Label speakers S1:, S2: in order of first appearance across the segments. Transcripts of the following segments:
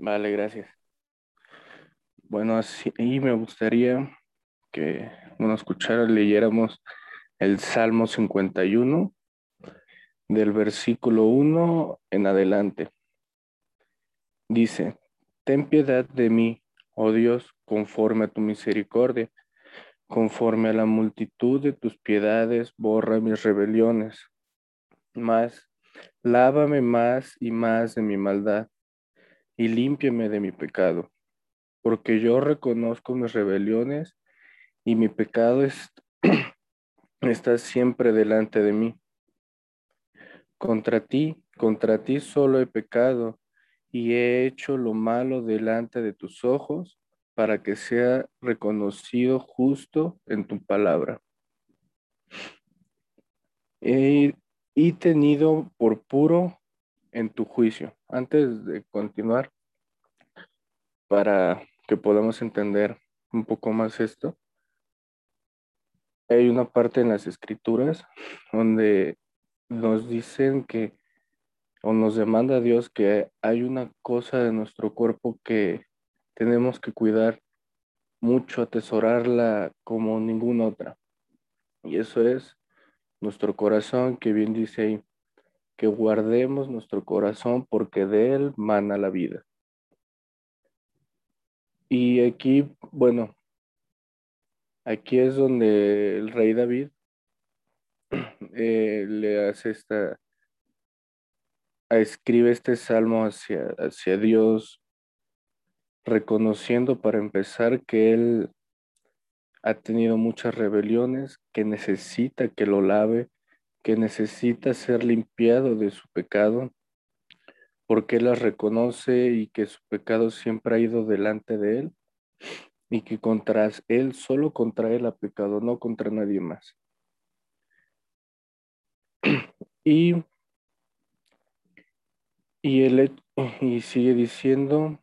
S1: Vale, gracias. Bueno, así y me gustaría que, leyéramos el Salmo 51 del versículo 1 en adelante. Dice, ten piedad de mí, oh Dios, conforme a tu misericordia, conforme a la multitud de tus piedades, borra mis rebeliones. Más, lávame más y más de mi maldad, y límpiame de mi pecado, porque yo reconozco mis rebeliones y mi pecado está siempre delante de mí. Contra ti solo he pecado y he hecho lo malo delante de tus ojos para que sea reconocido justo en tu palabra. He, y tenido por puro en tu juicio. Antes de continuar, para que podamos entender un poco más esto, hay una parte en las escrituras donde nos dicen que, o nos demanda Dios que hay una cosa de nuestro cuerpo que tenemos que cuidar mucho, atesorarla como ninguna otra. Y eso es nuestro corazón, que bien dice ahí, que guardemos nuestro corazón porque de él mana la vida. Y aquí, bueno, aquí es donde el rey David le hace escribe este salmo hacia Dios, reconociendo para empezar que él ha tenido muchas rebeliones, que necesita que lo lave, que necesita ser limpiado de su pecado, porque él las reconoce y que su pecado siempre ha ido delante de él y que contra él, solo contra él ha pecado, no contra nadie más. Y, y, y sigue diciendo,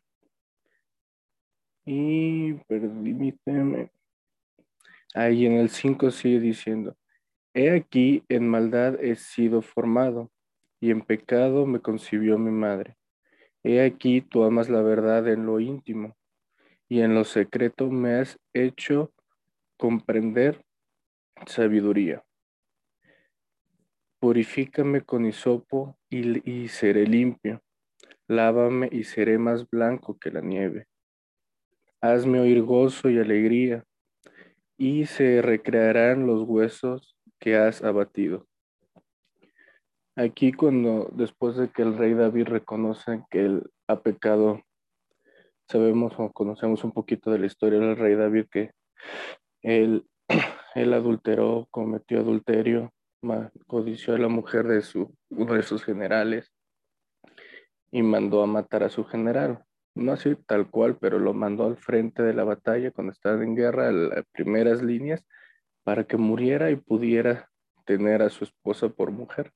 S1: y permíteme, ahí en el 5 sigue diciendo, he aquí en maldad he sido formado, y en pecado me concibió mi madre. He aquí tú amas la verdad en lo íntimo, y en lo secreto me has hecho comprender sabiduría. Purifícame con hisopo y seré limpio. Lávame y seré más blanco que la nieve. Hazme oír gozo y alegría, y se recrearán los huesos que has abatido. Aquí después de que el rey David reconoce que él ha pecado, sabemos o conocemos un poquito de la historia del rey David, que él, él adulteró, cometió adulterio, codició a la mujer de uno de sus generales y mandó a matar a su general. No así tal cual, pero lo mandó al frente de la batalla cuando estaban en guerra, a las primeras líneas, para que muriera y pudiera tener a su esposa por mujer.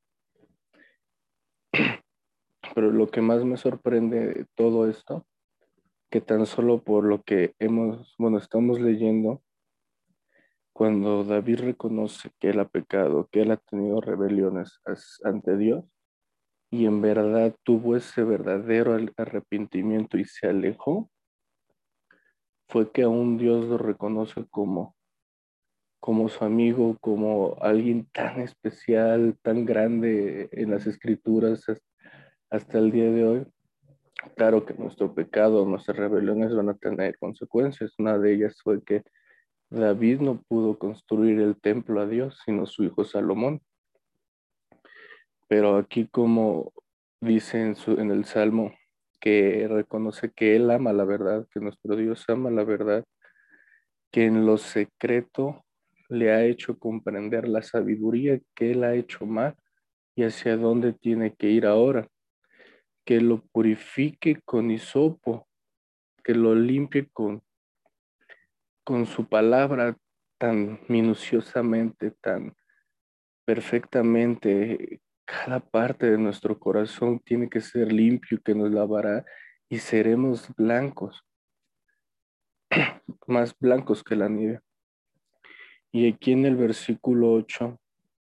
S1: Pero lo que más me sorprende de todo esto, que tan solo por lo que estamos leyendo, cuando David reconoce que él ha pecado, que él ha tenido rebeliones ante Dios, y en verdad tuvo ese verdadero arrepentimiento y se alejó, fue que aún Dios lo reconoce como su amigo, como alguien tan especial, tan grande en las escrituras hasta el día de hoy. Claro que nuestro pecado, nuestras rebeliones van a tener consecuencias. Una de ellas fue que David no pudo construir el templo a Dios, sino su hijo Salomón. Pero aquí como dice en el Salmo, que reconoce que Él ama la verdad, que nuestro Dios ama la verdad, que en lo secreto le ha hecho comprender la sabiduría que Él ha hecho mal y hacia dónde tiene que ir ahora, que lo purifique con hisopo, que lo limpie con su palabra tan minuciosamente, tan perfectamente. Cada parte de nuestro corazón tiene que ser limpio, que nos lavará y seremos blancos, más blancos que la nieve. Y aquí en el versículo 8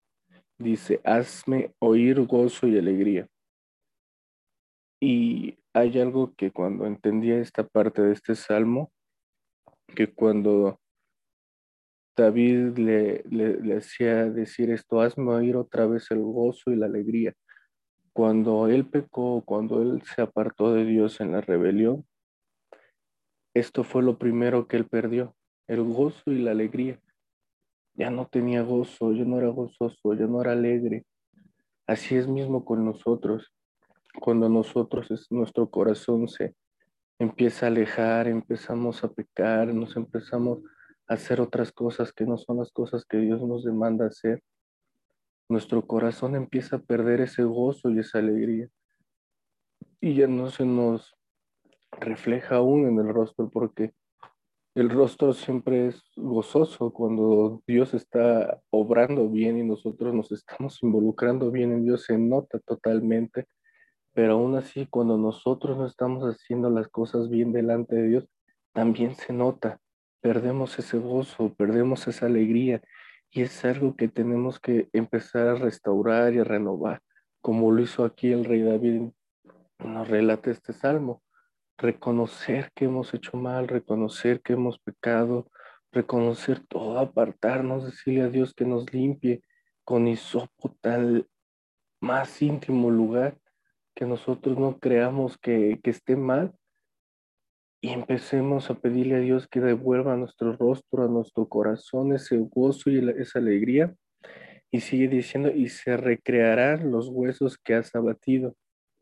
S1: dice, hazme oír gozo y alegría. Y hay algo que cuando entendía esta parte de este salmo, que cuando David le hacía decir esto, hazme oír otra vez el gozo y la alegría. Cuando él pecó, cuando él se apartó de Dios en la rebelión, esto fue lo primero que él perdió, el gozo y la alegría. Ya no tenía gozo, ya no era gozoso, ya no era alegre. Así es mismo con nosotros. Cuando nuestro corazón se empieza a alejar, empezamos a pecar, nos empezamos a hacer otras cosas que no son las cosas que Dios nos demanda hacer, nuestro corazón empieza a perder ese gozo y esa alegría. Y ya no se nos refleja aún en el rostro, porque el rostro siempre es gozoso cuando Dios está obrando bien y nosotros nos estamos involucrando bien en Dios, se nota totalmente, pero aún así cuando nosotros no estamos haciendo las cosas bien delante de Dios, también se nota, perdemos ese gozo, perdemos esa alegría y es algo que tenemos que empezar a restaurar y a renovar, como lo hizo aquí el rey David, nos relata este salmo. Reconocer que hemos hecho mal, reconocer que hemos pecado, reconocer todo, apartarnos, decirle a Dios que nos limpie con hisopo tal más íntimo lugar, que nosotros no creamos que esté mal y empecemos a pedirle a Dios que devuelva a nuestro rostro, a nuestro corazón ese gozo y esa alegría. Y sigue diciendo, y se recrearán los huesos que has abatido.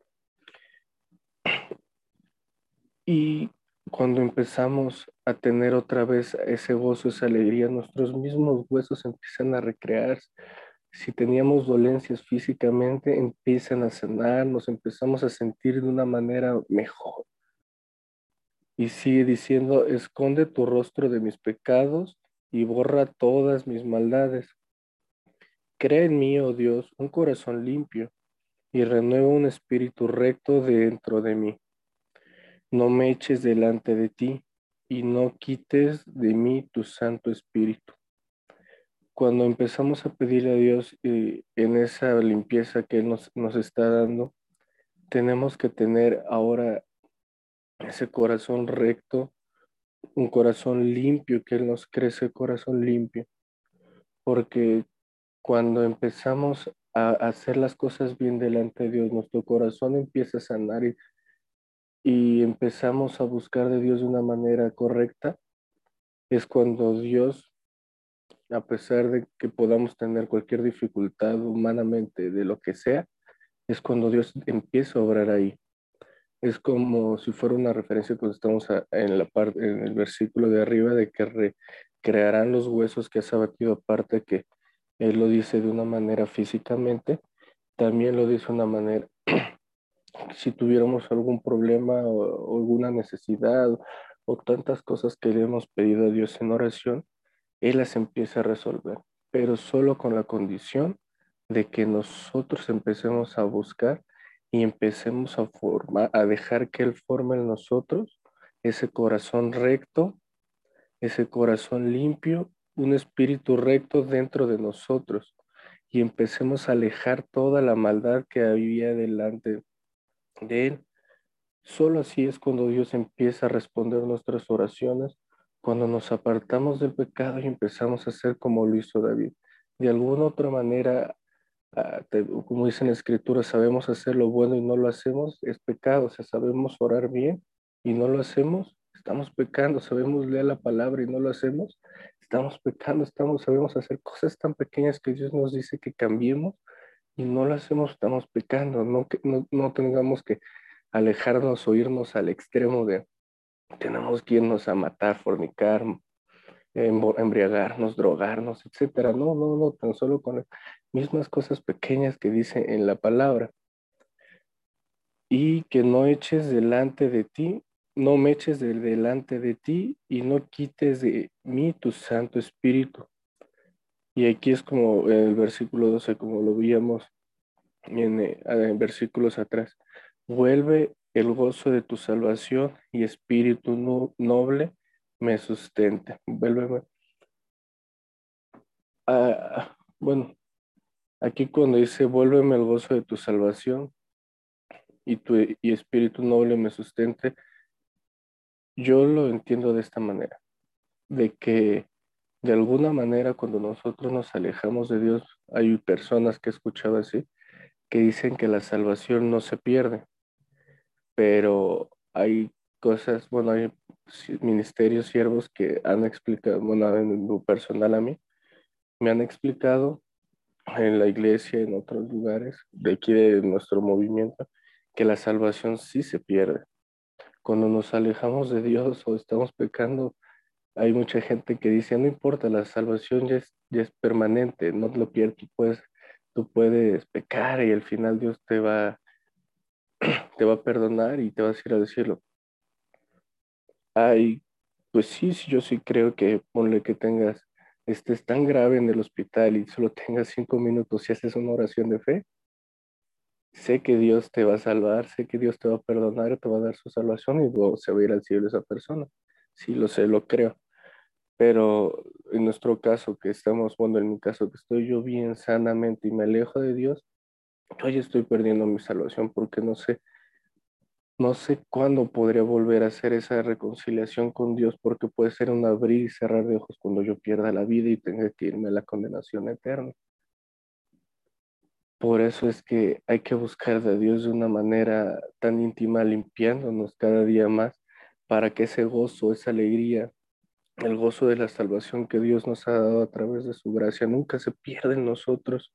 S1: Y cuando empezamos a tener otra vez ese gozo, esa alegría, nuestros mismos huesos empiezan a recrearse. Si teníamos dolencias físicamente, empiezan a sanar, nos empezamos a sentir de una manera mejor. Y sigue diciendo, esconde tu rostro de mis pecados y borra todas mis maldades. Crea en mí, oh Dios, un corazón limpio y renueva un espíritu recto dentro de mí. No me eches delante de ti y no quites de mí tu Santo Espíritu. Cuando empezamos a pedirle a Dios en esa limpieza que Él nos está dando, tenemos que tener ahora ese corazón recto, un corazón limpio, que Él nos crece el corazón limpio, porque cuando empezamos a hacer las cosas bien delante de Dios, nuestro corazón empieza a sanar y empezamos a buscar de Dios de una manera correcta, es cuando Dios, a pesar de que podamos tener cualquier dificultad humanamente de lo que sea, es cuando Dios empieza a obrar ahí. Es como si fuera una referencia cuando estamos en la parte, en el versículo de arriba de que crearán los huesos que has abatido, aparte que Él lo dice de una manera físicamente, también lo dice de una manera, si tuviéramos algún problema o alguna necesidad o tantas cosas que le hemos pedido a Dios en oración, Él las empieza a resolver, pero solo con la condición de que nosotros empecemos a buscar y empecemos a formar, a dejar que Él forme en nosotros ese corazón recto, ese corazón limpio, un espíritu recto dentro de nosotros y empecemos a alejar toda la maldad que había delante de Él. Solo así es cuando Dios empieza a responder nuestras oraciones, cuando nos apartamos del pecado y empezamos a hacer como lo hizo David. De alguna otra manera, como dice en la Escritura, sabemos hacer lo bueno y no lo hacemos, es pecado. O sea, sabemos orar bien y no lo hacemos, estamos pecando. Sabemos leer la palabra y no lo hacemos, estamos pecando. Sabemos hacer cosas tan pequeñas que Dios nos dice que cambiemos y no lo hacemos, estamos pecando. No, no tengamos que alejarnos o irnos al extremo de tenemos que irnos a matar, fornicar, embriagarnos, drogarnos, etcétera. No, no, no, tan solo con las mismas cosas pequeñas que dice en la palabra. Y que no eches delante de ti, no me eches delante de ti y no quites de mí tu Santo Espíritu. Y aquí es como el versículo 12 como lo veíamos en versículos atrás. Vuelve el gozo de tu salvación y espíritu noble me sustente. Vuélveme. Bueno, aquí cuando dice vuélveme el gozo de tu salvación, y tu espíritu noble me sustente. Yo lo entiendo de esta manera, de que de alguna manera cuando nosotros nos alejamos de Dios, hay personas que he escuchado así, que dicen que la salvación no se pierde, pero hay cosas, bueno, hay ministerios, siervos que han explicado, bueno, en lo personal a mí, me han explicado en la iglesia, en otros lugares, de aquí de nuestro movimiento, que la salvación sí se pierde. Cuando nos alejamos de Dios o estamos pecando, hay mucha gente que dice, no importa, la salvación ya es permanente, no lo pierdes, tú puedes pecar y al final Dios te va a perdonar y te vas a ir al cielo. Ay, pues sí, sí, yo sí creo que ponle que estés tan grave en el hospital y solo tengas 5 minutos y haces una oración de fe, sé que Dios te va a salvar, sé que Dios te va a perdonar, te va a dar su salvación y luego se va a ir al cielo esa persona. Sí, lo sé, lo creo. Pero en nuestro caso que estamos, bueno, en mi caso que estoy yo bien sanamente y me alejo de Dios, yo ya estoy perdiendo mi salvación porque no sé cuándo podría volver a hacer esa reconciliación con Dios porque puede ser un abrir y cerrar de ojos cuando yo pierda la vida y tenga que irme a la condenación eterna. Por eso es que hay que buscar de Dios de una manera tan íntima, limpiándonos cada día más, para que ese gozo, esa alegría, el gozo de la salvación que Dios nos ha dado a través de su gracia nunca se pierda en nosotros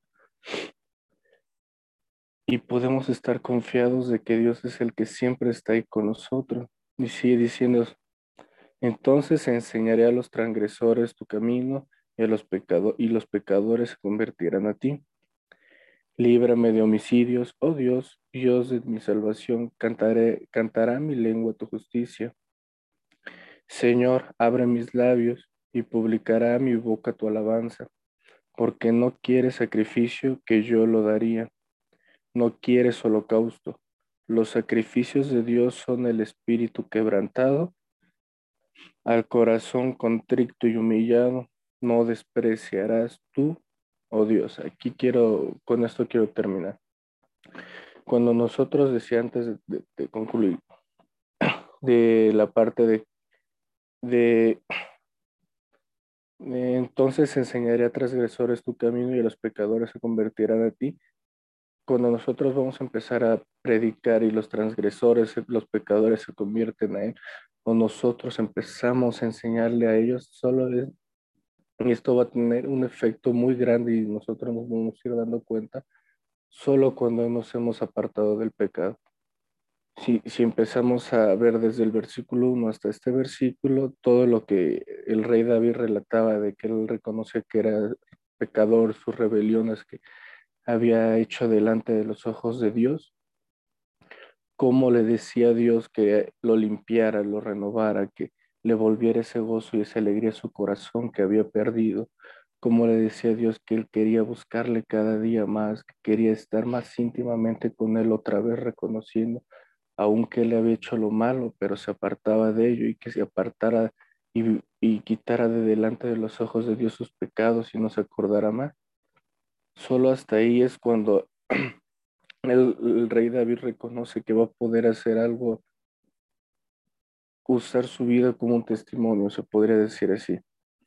S1: y podemos estar confiados de que Dios es el que siempre está ahí con nosotros. Y sigue diciendo, entonces enseñaré a los transgresores tu camino y y los pecadores se convertirán a ti. Líbrame de homicidios, oh Dios, Dios de mi salvación, cantará mi lengua tu justicia. Señor, abre mis labios y publicará mi boca tu alabanza, porque no quieres sacrificio que yo lo daría, no quieres holocausto. Los sacrificios de Dios son el espíritu quebrantado, al corazón contrito y humillado, no despreciarás tú, oh Dios. Con esto quiero terminar. Cuando nosotros decía antes de concluir, de la parte de, entonces enseñaré a transgresores tu camino y a los pecadores se convertirán a ti. Cuando nosotros vamos a empezar a predicar y los transgresores, los pecadores se convierten a él, o nosotros empezamos a enseñarle a ellos, y esto va a tener un efecto muy grande y nosotros nos vamos a ir dando cuenta solo cuando nos hemos apartado del pecado. Si empezamos a ver desde el versículo 1 hasta este versículo, todo lo que el rey David relataba de que él reconoce que era pecador, sus rebeliones que había hecho delante de los ojos de Dios, cómo le decía a Dios que lo limpiara, lo renovara, que le volviera ese gozo y esa alegría a su corazón que había perdido, cómo le decía a Dios que él quería buscarle cada día más, que quería estar más íntimamente con él otra vez, reconociendo aunque él había hecho lo malo, pero se apartaba de ello y que se apartara y quitara de delante de los ojos de Dios sus pecados y no se acordara más. Solo hasta ahí es cuando el rey David reconoce que va a poder hacer algo, usar su vida como un testimonio, se podría decir así,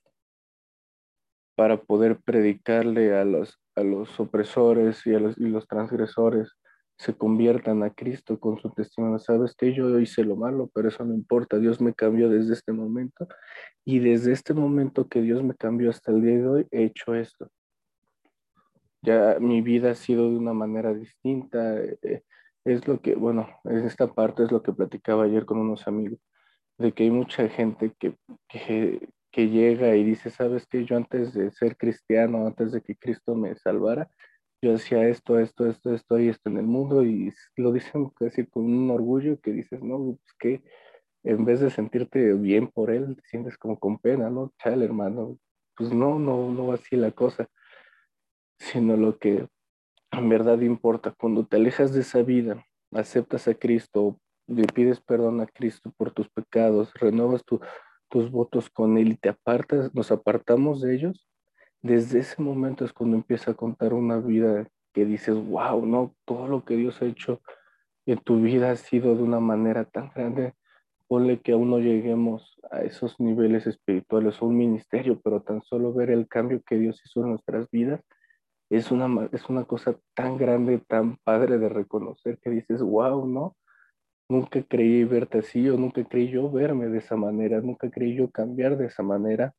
S1: para poder predicarle a los opresores y los transgresores se conviertan a Cristo con su testimonio. Sabes que yo hice lo malo, pero eso no importa. Dios me cambió desde este momento y desde este momento que Dios me cambió hasta el día de hoy, he hecho esto. Ya mi vida ha sido de una manera distinta. Es lo que, bueno, en esta parte es lo que platicaba ayer con unos amigos de que hay mucha gente que llega y dice, ¿sabes qué? Yo antes de ser cristiano, antes de que Cristo me salvara, yo hacía esto y esto en el mundo y lo dicen casi con un orgullo que dices, no, pues que en vez de sentirte bien por él, te sientes como con pena, ¿no? Chale, hermano, pues no va así la cosa, sino lo que en verdad importa. Cuando te alejas de esa vida, aceptas a Cristo, le pides perdón a Cristo por tus pecados, renuevas tus votos con Él y te apartas, nos apartamos de ellos, desde ese momento es cuando empieza a contar una vida que dices, wow, no, todo lo que Dios ha hecho en tu vida ha sido de una manera tan grande. Ponle que aún no lleguemos a esos niveles espirituales o un ministerio, pero tan solo ver el cambio que Dios hizo en nuestras vidas es una cosa tan grande, tan padre de reconocer que dices, wow, ¿no? Nunca creí verte así o nunca creí yo verme de esa manera, nunca creí yo cambiar de esa manera.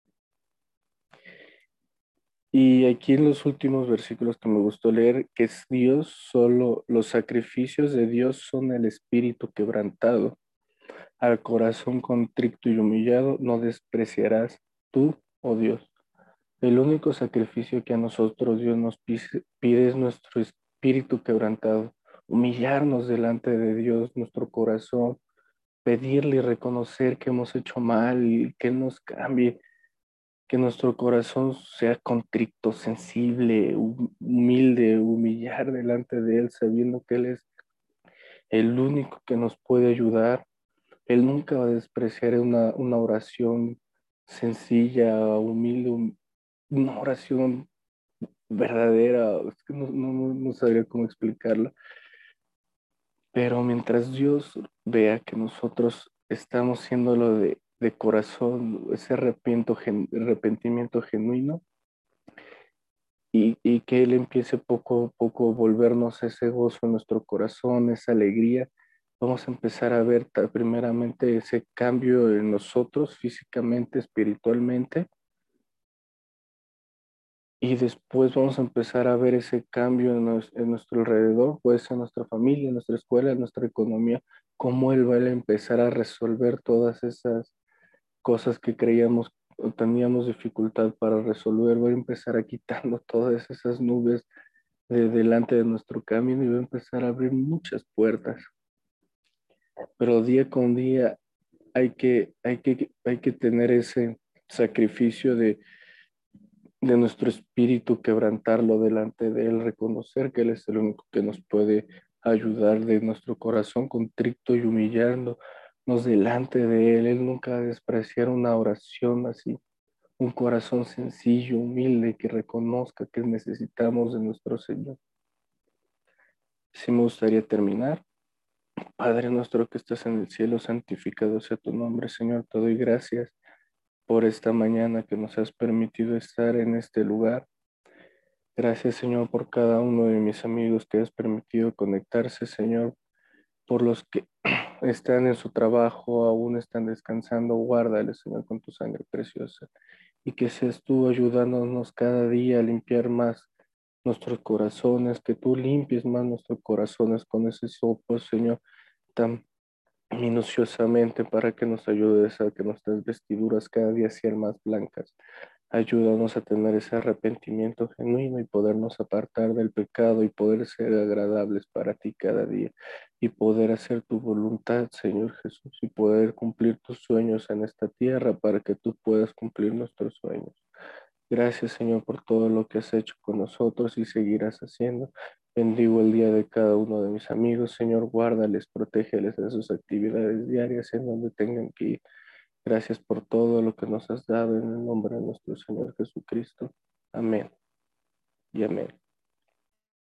S1: Y aquí en los últimos versículos que me gustó leer, que es Dios solo, los sacrificios de Dios son el espíritu quebrantado. Al corazón contrito y humillado no despreciarás tú, oh Dios. El único sacrificio que a nosotros Dios nos pide es nuestro espíritu quebrantado, humillarnos delante de Dios, nuestro corazón, pedirle y reconocer que hemos hecho mal y que Él nos cambie, que nuestro corazón sea contrito, sensible, humilde, humillar delante de Él, sabiendo que Él es el único que nos puede ayudar. Él nunca va a despreciar una oración sencilla, humilde, una oración verdadera. Es que no sabría cómo explicarlo. Pero mientras Dios vea que nosotros estamos haciéndolo de corazón, ese arrepentimiento genuino, y que Él empiece poco a poco a volvernos ese gozo en nuestro corazón, esa alegría, vamos a empezar a ver primeramente ese cambio en nosotros físicamente, espiritualmente, y después vamos a empezar a ver ese cambio en nuestro alrededor, puede ser en nuestra familia, en nuestra escuela, en nuestra economía, cómo Él va a empezar a resolver todas esas cosas que creíamos o teníamos dificultad para resolver, va a empezar a quitando todas esas nubes de delante de nuestro camino y va a empezar a abrir muchas puertas. Pero día con día hay que tener ese sacrificio de nuestro espíritu, quebrantarlo delante de Él, reconocer que Él es el único que nos puede ayudar de nuestro corazón contrito y humillándonos delante de Él. Él nunca va a despreciar una oración así, un corazón sencillo, humilde, que reconozca que necesitamos de nuestro Señor. Sí me gustaría terminar. Padre nuestro que estás en el cielo, santificado sea tu nombre, Señor. Te doy gracias por esta mañana que nos has permitido estar en este lugar. Gracias, Señor, por cada uno de mis amigos que has permitido conectarse, Señor, por los que están en su trabajo, aún están descansando. Guárdales, Señor, con tu sangre preciosa. Y que seas tú ayudándonos cada día a limpiar más nuestros corazones, que tú limpies más nuestros corazones con ese sopo, Señor, tan minuciosamente para que nos ayudes a que nuestras vestiduras cada día sean más blancas. Ayúdanos a tener ese arrepentimiento genuino y podernos apartar del pecado y poder ser agradables para ti cada día y poder hacer tu voluntad, Señor Jesús, y poder cumplir tus sueños en esta tierra para que tú puedas cumplir nuestros sueños. Gracias, Señor, por todo lo que has hecho con nosotros y seguirás haciendo. Bendigo el día de cada uno de mis amigos. Señor, guárdales, protégeles en sus actividades diarias en donde tengan que ir. Gracias por todo lo que nos has dado en el nombre de nuestro Señor Jesucristo. Amén y amén.